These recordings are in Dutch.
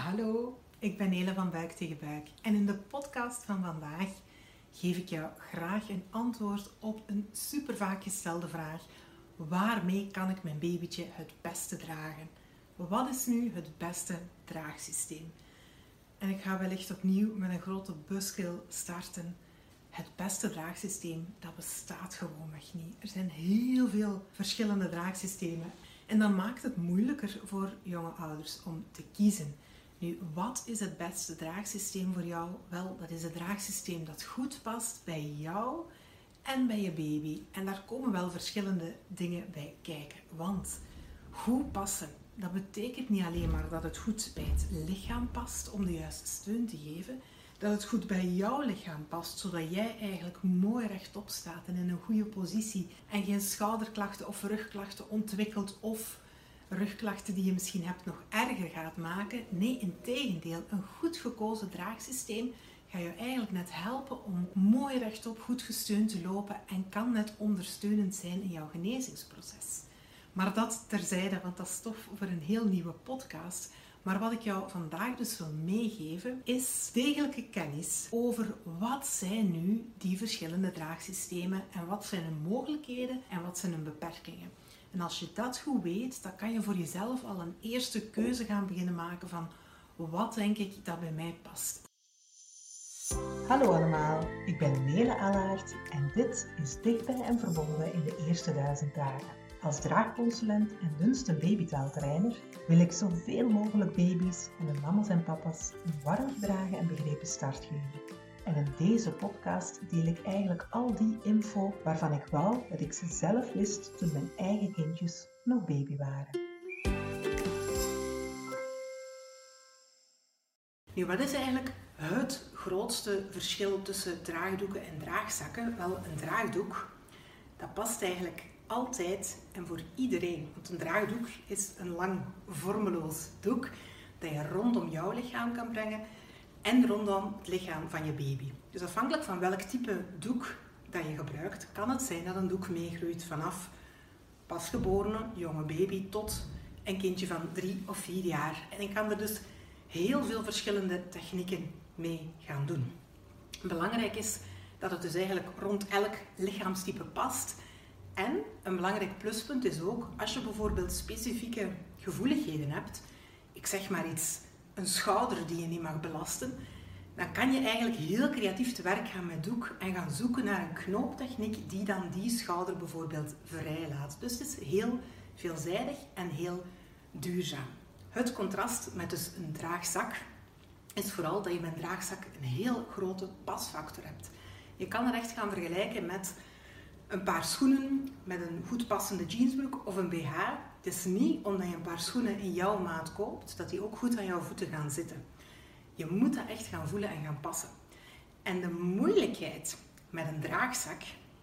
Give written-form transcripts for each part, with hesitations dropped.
Hallo, ik ben Nele van Buik tegen Buik en in de podcast van vandaag geef ik jou graag een antwoord op een super vaak gestelde vraag. Waarmee kan ik mijn babytje het beste dragen? Wat is nu het beste draagsysteem? En ik ga wellicht opnieuw met een grote buzzkill starten. Het beste draagsysteem, dat bestaat gewoonweg niet. Er zijn heel veel verschillende draagsystemen. En dat maakt het moeilijker voor jonge ouders om te kiezen. Nu, wat is het beste draagsysteem voor jou? Wel, dat is het draagsysteem dat goed past bij jou en bij je baby. En daar komen wel verschillende dingen bij kijken. Want goed passen, dat betekent niet alleen maar dat het goed bij het lichaam past om de juiste steun te geven. Dat het goed bij jouw lichaam past, zodat jij eigenlijk mooi rechtop staat en in een goede positie. En geen schouderklachten of rugklachten ontwikkelt of rugklachten die je misschien hebt nog erger gaat maken. Nee, integendeel, een goed gekozen draagsysteem gaat je eigenlijk net helpen om mooi rechtop goed gesteund te lopen en kan net ondersteunend zijn in jouw genezingsproces. Maar dat terzijde, want dat is stof voor een heel nieuwe podcast. Maar wat ik jou vandaag dus wil meegeven, is degelijke kennis over wat zijn nu die verschillende draagsystemen en wat zijn hun mogelijkheden en wat zijn hun beperkingen. En als je dat goed weet, dan kan je voor jezelf al een eerste keuze gaan beginnen maken van wat denk ik dat bij mij past. Hallo allemaal, ik ben Nele Allaert en dit is Dichtbij en Verbonden in de eerste 1000 dagen. Als draagconsulent en dunste babytaaltrainer wil ik zoveel mogelijk baby's en hun mama's en papa's een warm gedragen en begrepen start geven. En in deze podcast deel ik eigenlijk al die info waarvan ik wou dat ik ze zelf wist toen mijn eigen kindjes nog baby waren. Nu, wat is eigenlijk het grootste verschil tussen draagdoeken en draagzakken? Wel, een draagdoek, dat past eigenlijk altijd en voor iedereen. Want een draagdoek is een lang vormeloos doek dat je rondom jouw lichaam kan brengen en rondom het lichaam van je baby. Dus afhankelijk van welk type doek dat je gebruikt, kan het zijn dat een doek meegroeit vanaf pasgeborene jonge baby tot een kindje van 3 of 4 jaar. En ik kan er dus heel veel verschillende technieken mee gaan doen. Belangrijk is dat het dus eigenlijk rond elk lichaamstype past. En een belangrijk pluspunt is ook, als je bijvoorbeeld specifieke gevoeligheden hebt, ik zeg maar iets, een schouder die je niet mag belasten, dan kan je eigenlijk heel creatief te werk gaan met doek en gaan zoeken naar een knooptechniek die dan die schouder bijvoorbeeld vrijlaat. Dus het is heel veelzijdig en heel duurzaam. Het contrast met dus een draagzak is vooral dat je met een draagzak een heel grote pasfactor hebt. Je kan er echt gaan vergelijken met een paar schoenen met een goed passende jeansbroek of een BH. Het is niet omdat je een paar schoenen in jouw maat koopt, dat die ook goed aan jouw voeten gaan zitten. Je moet dat echt gaan voelen en gaan passen. En de moeilijkheid met een draagzak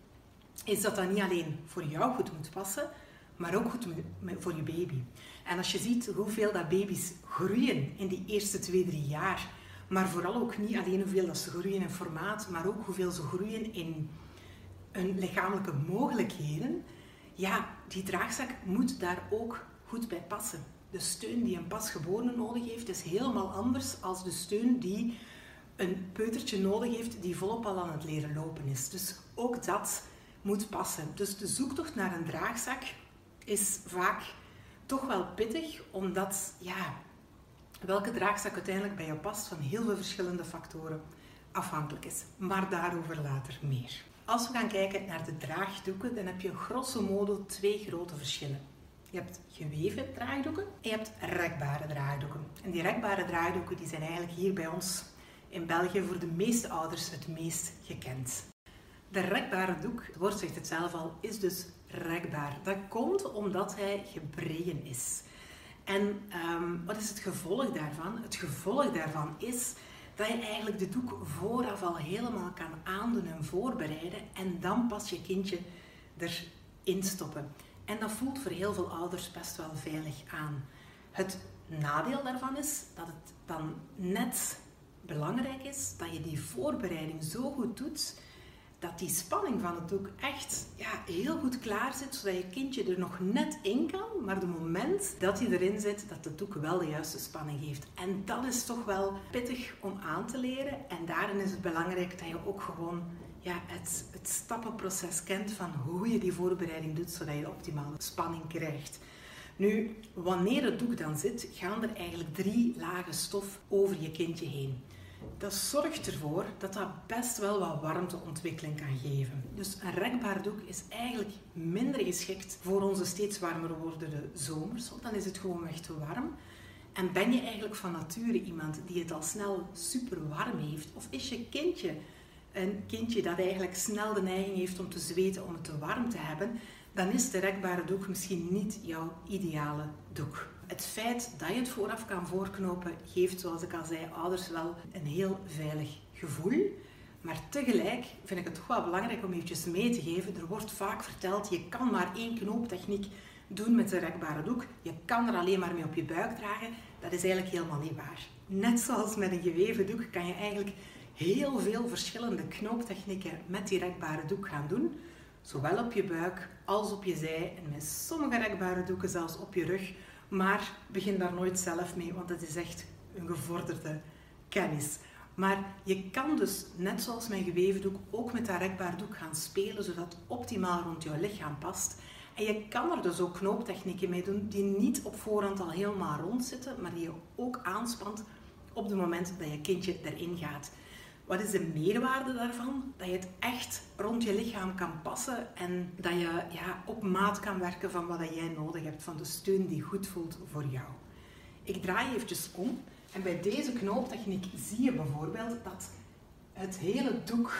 is dat dat niet alleen voor jou goed moet passen, maar ook goed voor je baby. En als je ziet hoeveel dat baby's groeien in die eerste 2-3 jaar, maar vooral ook niet alleen hoeveel dat ze groeien in formaat, maar ook hoeveel ze groeien in hun lichamelijke mogelijkheden, ja, die draagzak moet daar ook goed bij passen. De steun die een pasgeborene nodig heeft, is helemaal anders dan de steun die een peutertje nodig heeft die volop al aan het leren lopen is. Dus ook dat moet passen. Dus de zoektocht naar een draagzak is vaak toch wel pittig, omdat ja, welke draagzak uiteindelijk bij jou past van heel veel verschillende factoren afhankelijk is. Maar daarover later meer. Als we gaan kijken naar de draagdoeken, dan heb je grosso modo 2 grote verschillen. Je hebt geweven draagdoeken en je hebt rekbare draagdoeken. En die rekbare draagdoeken die zijn eigenlijk hier bij ons in België voor de meeste ouders het meest gekend. De rekbare doek, het woord zegt het zelf al, is dus rekbaar. Dat komt omdat hij gebregen is. En wat is het gevolg daarvan? Het gevolg daarvan is dat je eigenlijk de doek vooraf al helemaal kan aandoen en voorbereiden en dan pas je kindje erin stoppen. En dat voelt voor heel veel ouders best wel veilig aan. Het nadeel daarvan is dat het dan net belangrijk is dat je die voorbereiding zo goed doet dat die spanning van het doek echt heel goed klaar zit, zodat je kindje er nog net in kan, maar het moment dat hij erin zit, dat het doek wel de juiste spanning geeft. En dat is toch wel pittig om aan te leren. En daarin is het belangrijk dat je ook gewoon het stappenproces kent van hoe je die voorbereiding doet, zodat je de optimale spanning krijgt. Nu, wanneer het doek dan zit, gaan er eigenlijk 3 lagen stof over je kindje heen. Dat zorgt ervoor dat dat best wel wat warmteontwikkeling kan geven. Dus een rekbaar doek is eigenlijk minder geschikt voor onze steeds warmer wordende zomers, want dan is het gewoon echt te warm. En ben je eigenlijk van nature iemand die het al snel super warm heeft? Of is je kindje een kindje dat eigenlijk snel de neiging heeft om te zweten, om het te warm te hebben? Dan is de rekbare doek misschien niet jouw ideale doek. Het feit dat je het vooraf kan voorknopen geeft, zoals ik al zei, ouders wel een heel veilig gevoel. Maar tegelijk vind ik het toch wel belangrijk om eventjes mee te geven. Er wordt vaak verteld, je kan maar 1 knooptechniek doen met de rekbare doek. Je kan er alleen maar mee op je buik dragen. Dat is eigenlijk helemaal niet waar. Net zoals met een geweven doek kan je eigenlijk heel veel verschillende knooptechnieken met die rekbare doek gaan doen. Zowel op je buik als op je zij en met sommige rekbare doeken zelfs op je rug. Maar begin daar nooit zelf mee, want het is echt een gevorderde kennis. Maar je kan dus, net zoals mijn geweven doek, ook met dat rekbaar doek gaan spelen, zodat het optimaal rond jouw lichaam past. En je kan er dus ook knooptechnieken mee doen die niet op voorhand al helemaal rond zitten, maar die je ook aanspant op het moment dat je kindje erin gaat. Wat is de meerwaarde daarvan? Dat je het echt rond je lichaam kan passen en dat je op maat kan werken van wat jij nodig hebt, van de steun die goed voelt voor jou. Ik draai eventjes om en bij deze knooptechniek zie je bijvoorbeeld dat het hele doek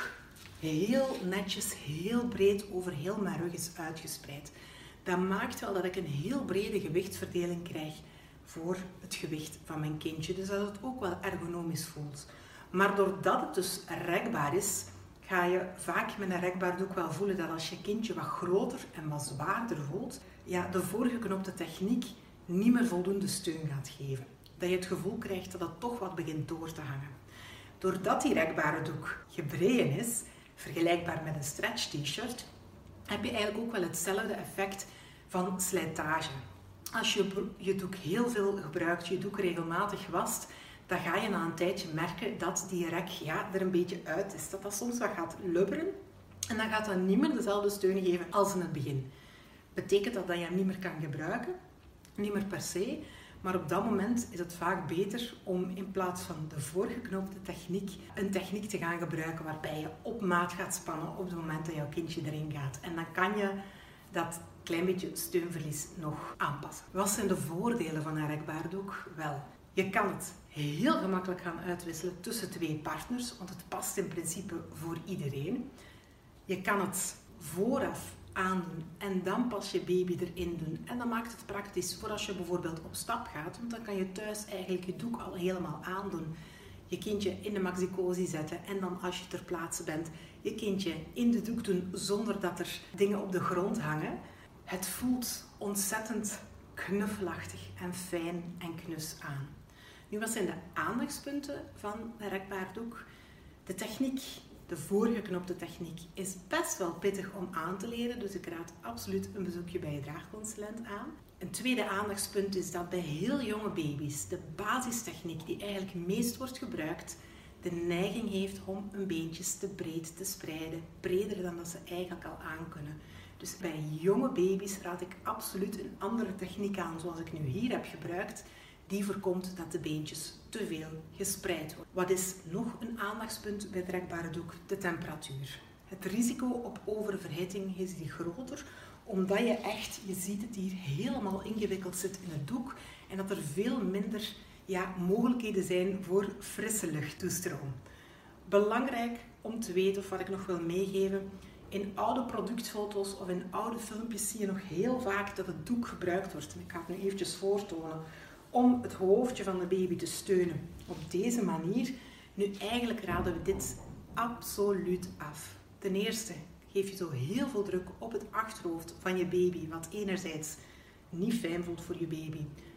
heel netjes, heel breed over heel mijn rug is uitgespreid. Dat maakt wel dat ik een heel brede gewichtsverdeling krijg voor het gewicht van mijn kindje, dus dat het ook wel ergonomisch voelt. Maar doordat het dus rekbaar is, ga je vaak met een rekbaar doek wel voelen dat als je kindje wat groter en wat zwaarder voelt, de voorgeknopte techniek niet meer voldoende steun gaat geven. Dat je het gevoel krijgt dat het toch wat begint door te hangen. Doordat die rekbare doek gebreden is, vergelijkbaar met een stretch t-shirt, heb je eigenlijk ook wel hetzelfde effect van slijtage. Als je je doek heel veel gebruikt, je doek regelmatig wast, dan ga je na een tijdje merken dat die rek er een beetje uit is. Dat soms wat gaat lubberen en dan gaat dat niet meer dezelfde steun geven als in het begin. Betekent dat je hem niet meer kan gebruiken? Niet meer per se, maar op dat moment is het vaak beter om in plaats van de voorgeknoopte techniek een techniek te gaan gebruiken waarbij je op maat gaat spannen op het moment dat jouw kindje erin gaat. En dan kan je dat klein beetje steunverlies nog aanpassen. Wat zijn de voordelen van een rekbaar doek? Wel, je kan het heel gemakkelijk gaan uitwisselen tussen 2 partners, want het past in principe voor iedereen. Je kan het vooraf aandoen en dan pas je baby erin doen. En dan maakt het praktisch voor als je bijvoorbeeld op stap gaat, want dan kan je thuis eigenlijk je doek al helemaal aandoen. Je kindje in de maxicosi zetten en dan als je ter plaatse bent, je kindje in de doek doen zonder dat er dingen op de grond hangen. Het voelt ontzettend knuffelachtig en fijn en knus aan. Nu, wat zijn de aandachtspunten van een rekbaar doek? De techniek, de voorgeknopte techniek, is best wel pittig om aan te leren, dus ik raad absoluut een bezoekje bij je draagconsulent aan. Een tweede aandachtspunt is dat bij heel jonge baby's de basistechniek die eigenlijk meest wordt gebruikt, de neiging heeft om hun beentjes te breed te spreiden, breder dan dat ze eigenlijk al aan kunnen. Dus bij jonge baby's raad ik absoluut een andere techniek aan, zoals ik nu hier heb gebruikt, die voorkomt dat de beentjes te veel gespreid worden. Wat is nog een aandachtspunt bij het rekbare doek? De temperatuur. Het risico op oververhitting is hier groter, omdat je ziet het hier helemaal ingewikkeld zit in het doek en dat er veel minder mogelijkheden zijn voor frisse luchttoestroom. Belangrijk om te weten, of wat ik nog wil meegeven, in oude productfoto's of in oude filmpjes zie je nog heel vaak dat het doek gebruikt wordt. En ik ga het nu eventjes voortonen om het hoofdje van de baby te steunen. Op deze manier. Nu, eigenlijk raden we dit absoluut af. Ten eerste geef je zo heel veel druk op het achterhoofd van je baby, wat enerzijds niet fijn voelt voor je baby,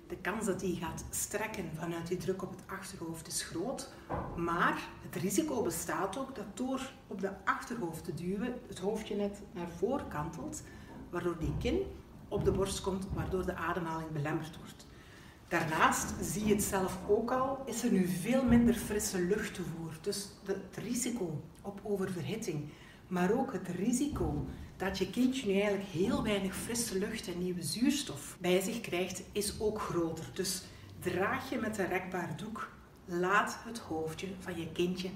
De kans dat die gaat strekken vanuit die druk op het achterhoofd is groot. Maar het risico bestaat ook dat door op de achterhoofd te duwen, het hoofdje net naar voren kantelt, waardoor die kin op de borst komt, waardoor de ademhaling belemmerd wordt. Daarnaast zie je het zelf ook al, is er nu veel minder frisse luchttoevoer. Dus het risico op oververhitting, maar ook het risico dat je kindje nu eigenlijk heel weinig frisse lucht en nieuwe zuurstof bij zich krijgt, is ook groter. Dus draag je met een rekbaar doek, laat het hoofdje van je kindje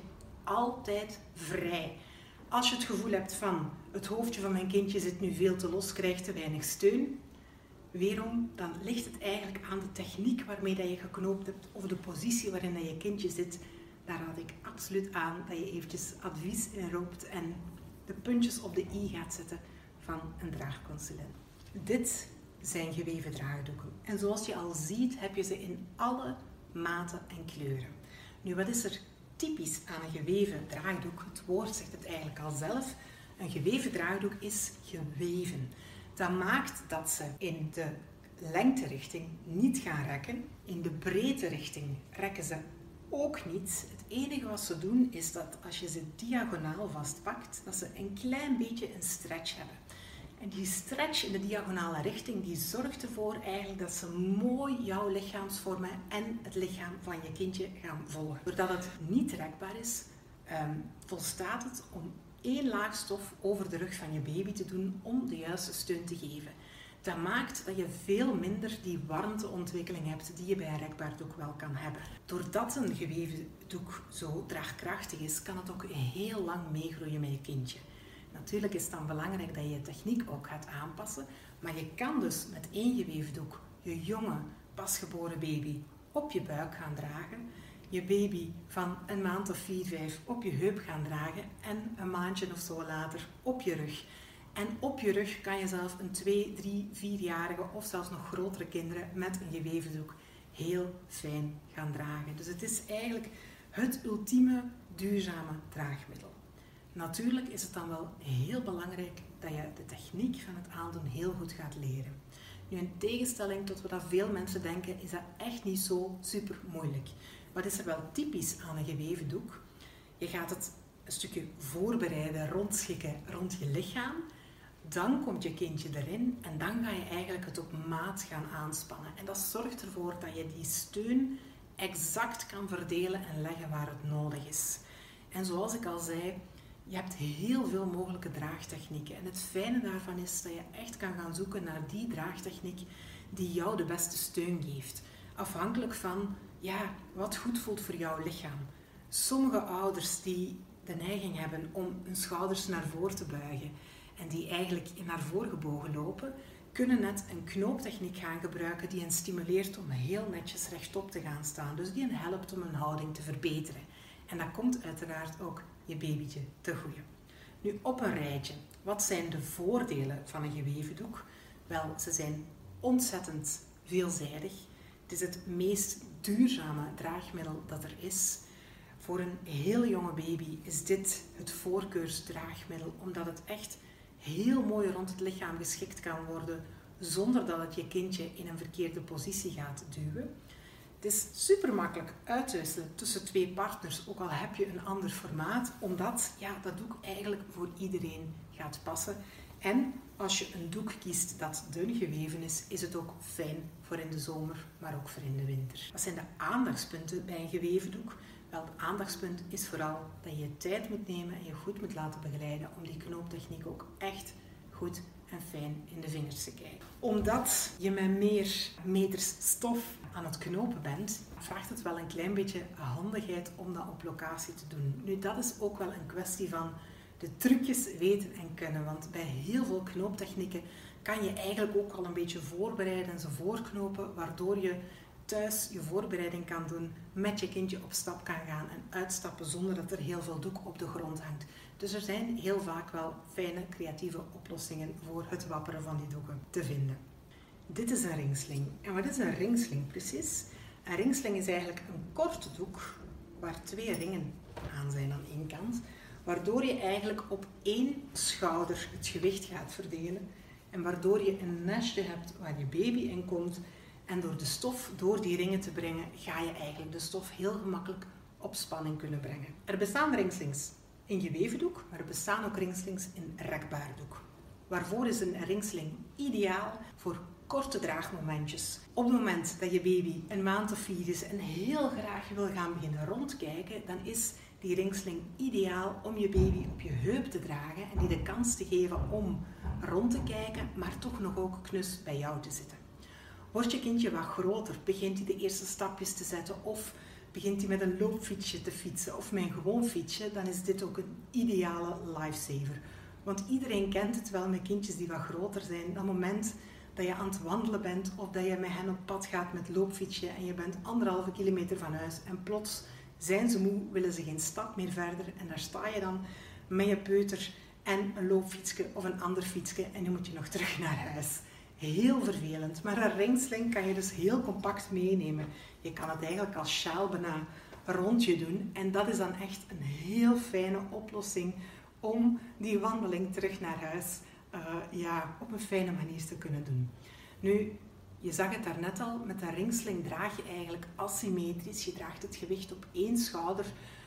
altijd vrij. Als je het gevoel hebt van, het hoofdje van mijn kindje zit nu veel te los, krijgt te weinig steun, weerom, dan ligt het eigenlijk aan de techniek waarmee dat je geknoopt hebt of de positie waarin dat je kindje zit. Daar raad ik absoluut aan dat je eventjes advies inroept en de puntjes op de i gaat zetten van een draagconsulent. Dit zijn geweven draagdoeken. En zoals je al ziet, heb je ze in alle maten en kleuren. Nu, wat is er typisch aan een geweven draagdoek? Het woord zegt het eigenlijk al zelf. Een geweven draagdoek is geweven. Dat maakt dat ze in de lengterichting niet gaan rekken. In de breedterichting rekken ze ook niet. Het enige wat ze doen is dat als je ze diagonaal vastpakt, dat ze een klein beetje een stretch hebben. En die stretch in de diagonale richting, die zorgt ervoor eigenlijk dat ze mooi jouw lichaamsvormen en het lichaam van je kindje gaan volgen. Doordat het niet rekbaar is, volstaat het om 1 laag stof over de rug van je baby te doen om de juiste steun te geven. Dat maakt dat je veel minder die warmteontwikkeling hebt die je bij een rekbaar doek wel kan hebben. Doordat een geweven doek zo draagkrachtig is, kan het ook heel lang meegroeien met je kindje. Natuurlijk is het dan belangrijk dat je je techniek ook gaat aanpassen, maar je kan dus met 1 geweven doek je jonge, pasgeboren baby op je buik gaan dragen, je baby van een maand of 4, 5 op je heup gaan dragen en een maandje of zo later op je rug. En op je rug kan je zelf een 2, 3, 4-jarige of zelfs nog grotere kinderen met een geweven doek heel fijn gaan dragen. Dus het is eigenlijk het ultieme duurzame draagmiddel. Natuurlijk is het dan wel heel belangrijk dat je de techniek van het aandoen heel goed gaat leren. Nu, in tegenstelling tot wat veel mensen denken, is dat echt niet zo super moeilijk. Wat is er wel typisch aan een geweven doek? Je gaat het een stukje voorbereiden, rondschikken rond je lichaam. Dan komt je kindje erin en dan ga je eigenlijk het op maat gaan aanspannen. En dat zorgt ervoor dat je die steun exact kan verdelen en leggen waar het nodig is. En zoals ik al zei, je hebt heel veel mogelijke draagtechnieken. En het fijne daarvan is dat je echt kan gaan zoeken naar die draagtechniek die jou de beste steun geeft. Afhankelijk van wat goed voelt voor jouw lichaam. Sommige ouders die de neiging hebben om hun schouders naar voren te buigen en die eigenlijk naar voren gebogen lopen, kunnen net een knooptechniek gaan gebruiken die hen stimuleert om heel netjes rechtop te gaan staan. Dus die hen helpt om hun houding te verbeteren. En dat komt uiteraard ook je babytje te goede. Nu, op een rijtje. Wat zijn de voordelen van een geweven doek? Wel, ze zijn ontzettend veelzijdig. Het is het meest duurzame draagmiddel dat er is. Voor een heel jonge baby is dit het voorkeursdraagmiddel, omdat het echt heel mooi rond het lichaam geschikt kan worden, zonder dat het je kindje in een verkeerde positie gaat duwen. Het is super makkelijk uit te wisselen tussen 2 partners, ook al heb je een ander formaat, omdat dat doek eigenlijk voor iedereen gaat passen. En als je een doek kiest dat dun geweven is, is het ook fijn voor in de zomer, maar ook voor in de winter. Wat zijn de aandachtspunten bij een geweven doek? Wel, het aandachtspunt is vooral dat je tijd moet nemen en je goed moet laten begeleiden om die knooptechniek ook echt goed en fijn in de vingers te krijgen. Omdat je met meer meters stof aan het knopen bent, vraagt het wel een klein beetje handigheid om dat op locatie te doen. Nu, dat is ook wel een kwestie van de trucjes weten en kunnen, want bij heel veel knooptechnieken kan je eigenlijk ook al een beetje voorbereiden en ze voorknopen, waardoor je thuis je voorbereiding kan doen, met je kindje op stap kan gaan en uitstappen zonder dat er heel veel doek op de grond hangt. Dus er zijn heel vaak wel fijne, creatieve oplossingen voor het wapperen van die doeken te vinden. Dit is een ringsling. En wat is een ringsling precies? Een ringsling is eigenlijk een korte doek waar 2 ringen aan zijn aan één kant, waardoor je eigenlijk op 1 schouder het gewicht gaat verdelen en waardoor je een nestje hebt waar je baby in komt En door de stof door die ringen te brengen, ga je eigenlijk de stof heel gemakkelijk op spanning kunnen brengen. Er bestaan ringslings in geweven doek, maar er bestaan ook ringslings in rekbaar doek. Waarvoor is een ringsling ideaal? Voor korte draagmomentjes. Op het moment dat je baby een maand of 4 is en heel graag wil gaan beginnen rondkijken, dan is die ringsling ideaal om je baby op je heup te dragen en die de kans te geven om rond te kijken, maar toch nog ook knus bij jou te zitten. Wordt je kindje wat groter, begint hij de eerste stapjes te zetten of begint hij met een loopfietsje te fietsen of met een gewoon fietsje, dan is dit ook een ideale lifesaver. Want iedereen kent het wel met kindjes die wat groter zijn. Dat moment dat je aan het wandelen bent of dat je met hen op pad gaat met loopfietsje en je bent 1,5 kilometer van huis en plots zijn ze moe, willen ze geen stap meer verder en daar sta je dan met je peuter en een loopfietsje of een ander fietsje en dan moet je nog terug naar huis. Heel vervelend, maar een ringsling kan je dus heel compact meenemen. Je kan het eigenlijk als sjaal bijna rond je doen en dat is dan echt een heel fijne oplossing om die wandeling terug naar huis op een fijne manier te kunnen doen. Nu, je zag het daarnet al, met een ringsling draag je eigenlijk asymmetrisch. Je draagt het gewicht op 1 schouder,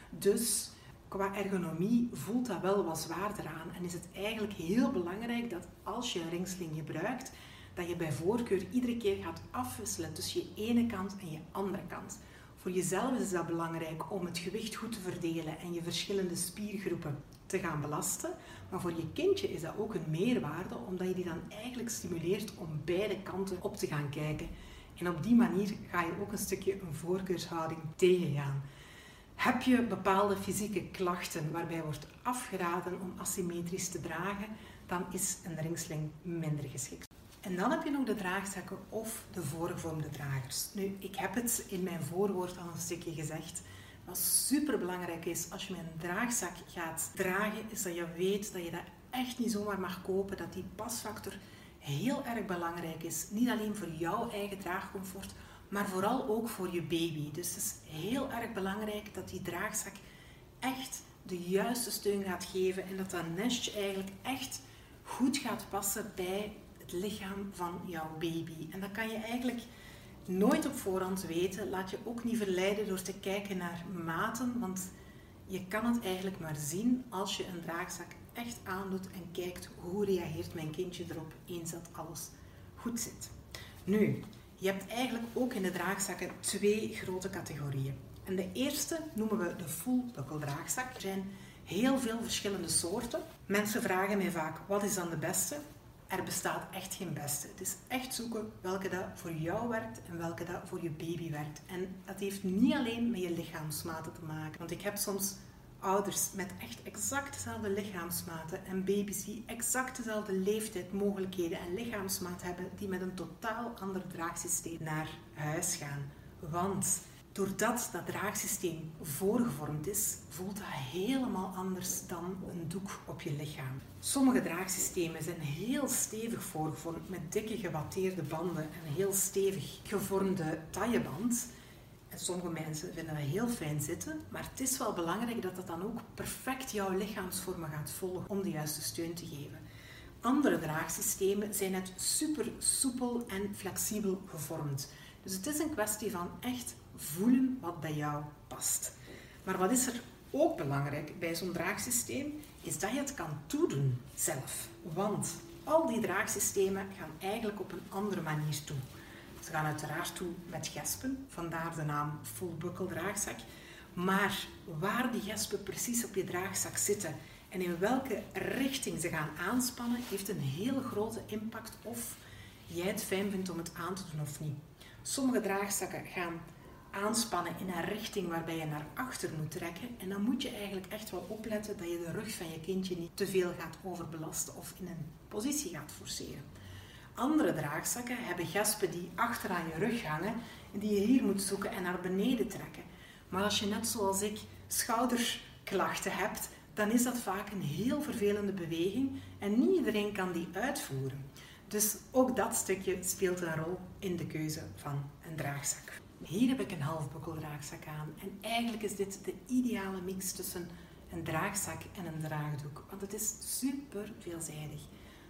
dus qua ergonomie voelt dat wel wat zwaarder aan. En is het eigenlijk heel belangrijk dat als je een ringsling gebruikt, dat je bij voorkeur iedere keer gaat afwisselen tussen je ene kant en je andere kant. Voor jezelf is dat belangrijk om het gewicht goed te verdelen en je verschillende spiergroepen te gaan belasten. Maar voor je kindje is dat ook een meerwaarde, omdat je die dan eigenlijk stimuleert om beide kanten op te gaan kijken. En op die manier ga je ook een stukje een voorkeurshouding tegengaan. Heb je bepaalde fysieke klachten waarbij wordt afgeraden om asymmetrisch te dragen, dan is een ringsling minder geschikt. En dan heb je nog de draagzakken of de voorgevormde dragers. Nu, ik heb het in mijn voorwoord al een stukje gezegd. Wat super belangrijk is als je met een draagzak gaat dragen, is dat je weet dat je dat echt niet zomaar mag kopen. Dat die pasfactor heel erg belangrijk is. Niet alleen voor jouw eigen draagcomfort, maar vooral ook voor je baby. Dus het is heel erg belangrijk dat die draagzak echt de juiste steun gaat geven en dat dat nestje eigenlijk echt goed gaat passen bij het lichaam van jouw baby. En dat kan je eigenlijk nooit op voorhand weten. Laat je ook niet verleiden door te kijken naar maten, want je kan het eigenlijk maar zien als je een draagzak echt aandoet en kijkt hoe reageert mijn kindje erop eens dat alles goed zit. Nu, je hebt eigenlijk ook in de draagzakken 2 grote categorieën. En de eerste noemen we de full buckeldraagzak. Er zijn heel veel verschillende soorten. Mensen vragen mij vaak, wat is dan de beste? Er bestaat echt geen beste. Het is echt zoeken welke dat voor jou werkt en welke dat voor je baby werkt. En dat heeft niet alleen met je lichaamsmaten te maken. Want ik heb soms ouders met echt exact dezelfde lichaamsmaten en baby's die exact dezelfde leeftijd, mogelijkheden en lichaamsmaat hebben, die met een totaal ander draagsysteem naar huis gaan. Want doordat dat draagsysteem voorgevormd is, voelt dat helemaal anders dan een doek op je lichaam. Sommige draagsystemen zijn heel stevig voorgevormd met dikke gewatteerde banden en een heel stevig gevormde tailleband. En sommige mensen vinden dat heel fijn zitten, maar het is wel belangrijk dat dat dan ook perfect jouw lichaamsvormen gaat volgen om de juiste steun te geven. Andere draagsystemen zijn net super soepel en flexibel gevormd. Dus het is een kwestie van echt voelen wat bij jou past. Maar wat is er ook belangrijk bij zo'n draagsysteem, is dat je het kan toedoen zelf. Want al die draagsystemen gaan eigenlijk op een andere manier toe. Ze gaan uiteraard toe met gespen, vandaar de naam full buckle draagzak. Maar waar die gespen precies op je draagzak zitten en in welke richting ze gaan aanspannen, heeft een hele grote impact of jij het fijn vindt om het aan te doen of niet. Sommige draagzakken gaan aanspannen in een richting waarbij je naar achter moet trekken. En dan moet je eigenlijk echt wel opletten dat je de rug van je kindje niet te veel gaat overbelasten of in een positie gaat forceren. Andere draagzakken hebben gespen die achter aan je rug hangen en die je hier moet zoeken en naar beneden trekken. Maar als je net zoals ik schouderklachten hebt, dan is dat vaak een heel vervelende beweging en niet iedereen kan die uitvoeren. Dus ook dat stukje speelt een rol in de keuze van een draagzak. Hier heb ik een halfbukkeldraagzak aan en eigenlijk is dit de ideale mix tussen een draagzak en een draagdoek, want het is super veelzijdig.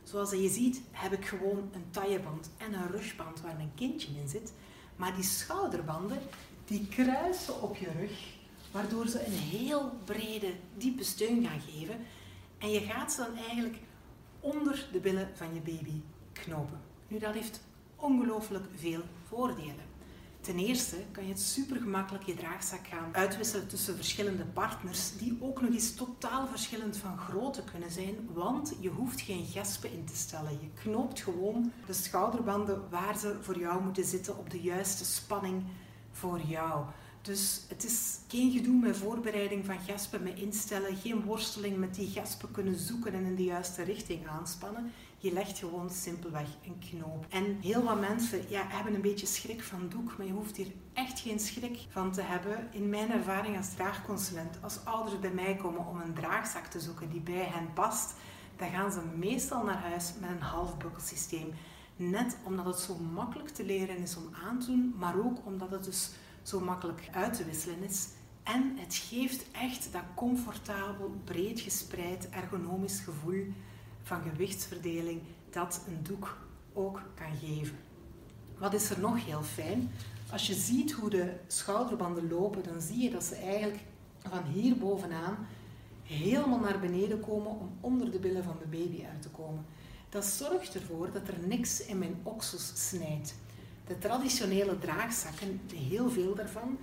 Zoals je ziet heb ik gewoon een tailleband en een rugband waar mijn kindje in zit. Maar die schouderbanden die kruisen op je rug, waardoor ze een heel brede, diepe steun gaan geven. En je gaat ze dan eigenlijk onder de billen van je baby knopen. Nu, dat heeft ongelooflijk veel voordelen. Ten eerste kan je het super gemakkelijk je draagzak gaan uitwisselen tussen verschillende partners die ook nog eens totaal verschillend van grootte kunnen zijn, want je hoeft geen gespen in te stellen. Je knoopt gewoon de schouderbanden waar ze voor jou moeten zitten op de juiste spanning voor jou. Dus het is geen gedoe met voorbereiding van gespen, met instellen, geen worsteling met die gespen kunnen zoeken en in de juiste richting aanspannen. Je legt gewoon simpelweg een knoop. En heel wat mensen hebben een beetje schrik van doek, maar je hoeft hier echt geen schrik van te hebben. In mijn ervaring als draagconsulent, als ouders bij mij komen om een draagzak te zoeken die bij hen past, dan gaan ze meestal naar huis met een halfbukkelsysteem. Net omdat het zo makkelijk te leren is om aan te doen, maar ook omdat het dus zo makkelijk uit te wisselen is. En het geeft echt dat comfortabel, breed gespreid, ergonomisch gevoel van gewichtsverdeling dat een doek ook kan geven. Wat is er nog heel fijn? Als je ziet hoe de schouderbanden lopen, dan zie je dat ze eigenlijk van hier bovenaan helemaal naar beneden komen om onder de billen van de baby uit te komen. Dat zorgt ervoor dat er niks in mijn oksels snijdt. De traditionele draagzakken, heel veel daarvan,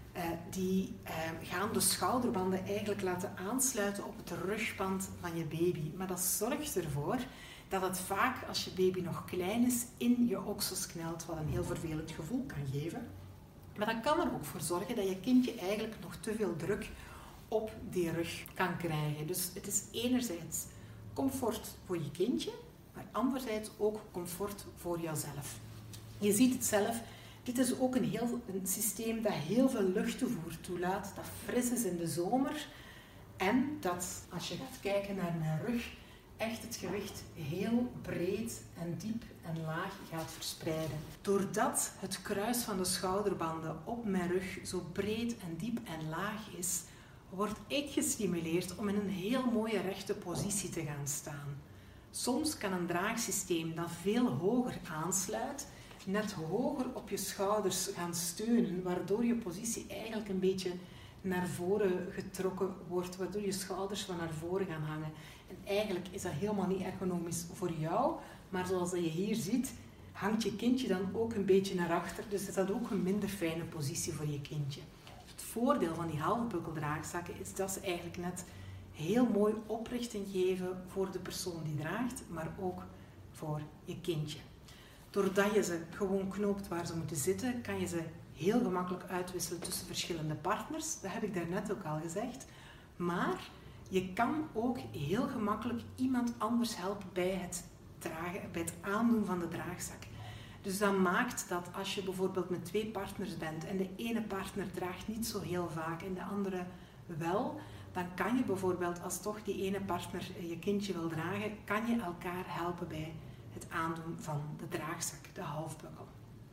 die gaan de schouderbanden eigenlijk laten aansluiten op het rugband van je baby. Maar dat zorgt ervoor dat het vaak, als je baby nog klein is, in je oksels knelt, wat een heel vervelend gevoel kan geven. Maar dat kan er ook voor zorgen dat je kindje eigenlijk nog te veel druk op die rug kan krijgen. Dus het is enerzijds comfort voor je kindje, maar anderzijds ook comfort voor jouzelf. Je ziet het zelf, dit is ook een systeem dat heel veel luchttoevoer toelaat, dat fris is in de zomer en dat, als je gaat kijken naar mijn rug, echt het gewicht heel breed en diep en laag gaat verspreiden. Doordat het kruis van de schouderbanden op mijn rug zo breed en diep en laag is, word ik gestimuleerd om in een heel mooie rechte positie te gaan staan. Soms kan een draagsysteem dat veel hoger aansluit, net hoger op je schouders gaan steunen, waardoor je positie eigenlijk een beetje naar voren getrokken wordt, waardoor je schouders van naar voren gaan hangen. En eigenlijk is dat helemaal niet ergonomisch voor jou, maar zoals je hier ziet, hangt je kindje dan ook een beetje naar achter, dus is dat ook een minder fijne positie voor je kindje. Het voordeel van die halfbukkeldraagzakken is dat ze eigenlijk net heel mooi oprichting geven voor de persoon die draagt, maar ook voor je kindje. Doordat je ze gewoon knoopt waar ze moeten zitten, kan je ze heel gemakkelijk uitwisselen tussen verschillende partners. Dat heb ik daarnet ook al gezegd. Maar je kan ook heel gemakkelijk iemand anders helpen bij het dragen, bij het aandoen van de draagzak. Dus dat maakt dat als je bijvoorbeeld met 2 partners bent en de ene partner draagt niet zo heel vaak en de andere wel, dan kan je bijvoorbeeld, als toch die ene partner je kindje wil dragen, kan je elkaar helpen bij het aandoen van de draagzak, de halfbukkel.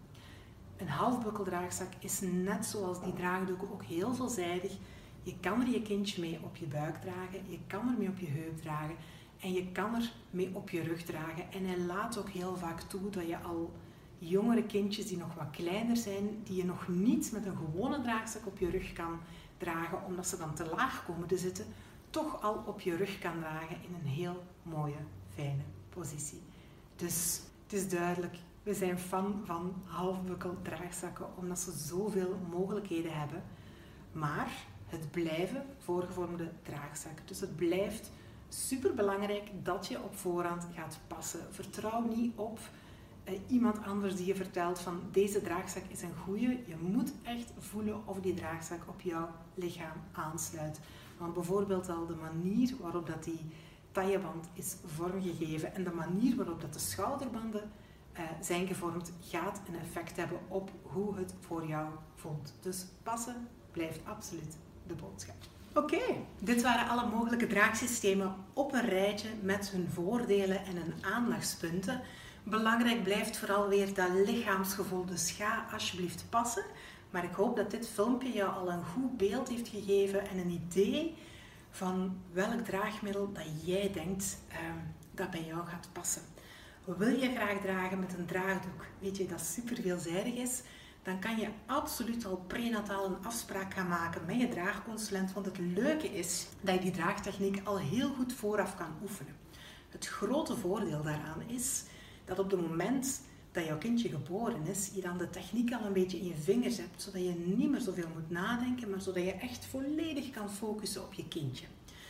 Een halfbukkeldraagzak is net zoals die draagdoeken ook heel veelzijdig. Je kan er je kindje mee op je buik dragen, je kan er mee op je heup dragen en je kan er mee op je rug dragen. En hij laat ook heel vaak toe dat je al jongere kindjes die nog wat kleiner zijn, die je nog niet met een gewone draagzak op je rug kan dragen, omdat ze dan te laag komen te zitten, toch al op je rug kan dragen in een heel mooie, fijne positie. Dus het is duidelijk, we zijn fan van halfbukkeldraagzakken omdat ze zoveel mogelijkheden hebben. Maar het blijven voorgevormde draagzakken. Dus het blijft superbelangrijk dat je op voorhand gaat passen. Vertrouw niet op iemand anders die je vertelt van deze draagzak is een goeie. Je moet echt voelen of die draagzak op jouw lichaam aansluit. Want bijvoorbeeld al de manier waarop dat die tailleband is vormgegeven en de manier waarop dat de schouderbanden zijn gevormd, gaat een effect hebben op hoe het voor jou voelt. Dus passen blijft absoluut de boodschap. Oké, dit waren alle mogelijke draagsystemen op een rijtje met hun voordelen en hun aandachtspunten. Belangrijk blijft vooral weer dat lichaamsgevoel, dus ga alsjeblieft passen. Maar ik hoop dat dit filmpje jou al een goed beeld heeft gegeven en een idee van welk draagmiddel dat jij denkt dat bij jou gaat passen. Wil je graag dragen met een draagdoek, weet je dat super veelzijdig is, dan kan je absoluut al prenataal een afspraak gaan maken met je draagconsulent. Want het leuke is dat je die draagtechniek al heel goed vooraf kan oefenen. Het grote voordeel daaraan is dat op het moment dat jouw kindje geboren is, je dan de techniek al een beetje in je vingers hebt, zodat je niet meer zoveel moet nadenken, maar zodat je echt volledig kan focussen op je kindje.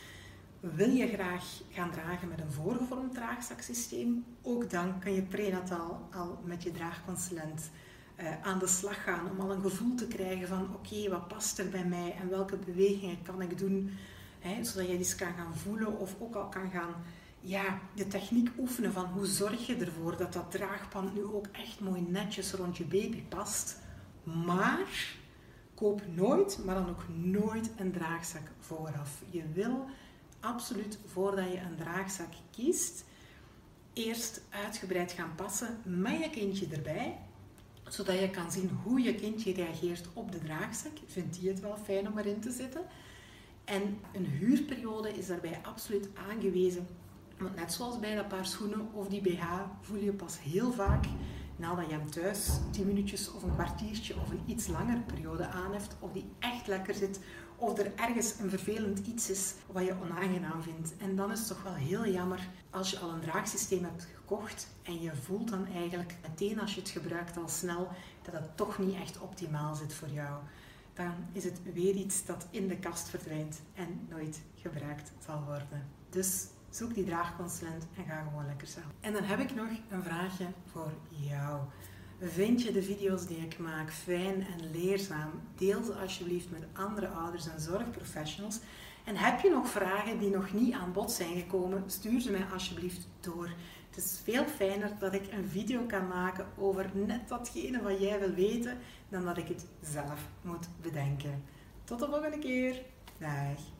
Wil je graag gaan dragen met een voorgevormd draagzaksysteem? Ook dan kan je prenataal al met je draagconsulent aan de slag gaan om al een gevoel te krijgen van oké, wat past er bij mij en welke bewegingen kan ik doen, zodat je eens kan gaan voelen of ook al kan gaan de techniek oefenen van hoe zorg je ervoor dat dat draagband nu ook echt mooi netjes rond je baby past. Maar koop nooit, maar dan ook nooit een draagzak vooraf. Je wil absoluut voordat je een draagzak kiest, eerst uitgebreid gaan passen met je kindje erbij, zodat je kan zien hoe je kindje reageert op de draagzak. Vindt die het wel fijn om erin te zitten? En een huurperiode is daarbij absoluut aangewezen. Want net zoals bij dat paar schoenen of die BH voel je pas heel vaak nadat je hem thuis 10 minuutjes of een kwartiertje of een iets langere periode aan hebt, of die echt lekker zit, of er ergens een vervelend iets is wat je onaangenaam vindt. En dan is het toch wel heel jammer als je al een draagsysteem hebt gekocht en je voelt dan eigenlijk meteen als je het gebruikt al snel dat het toch niet echt optimaal zit voor jou. Dan is het weer iets dat in de kast verdwijnt en nooit gebruikt zal worden. Dus zoek die draagconsulent en ga gewoon lekker zelf. En dan heb ik nog een vraagje voor jou. Vind je de video's die ik maak fijn en leerzaam? Deel ze alsjeblieft met andere ouders en zorgprofessionals. En heb je nog vragen die nog niet aan bod zijn gekomen? Stuur ze mij alsjeblieft door. Het is veel fijner dat ik een video kan maken over net datgene wat jij wil weten, dan dat ik het zelf moet bedenken. Tot de volgende keer. Dag.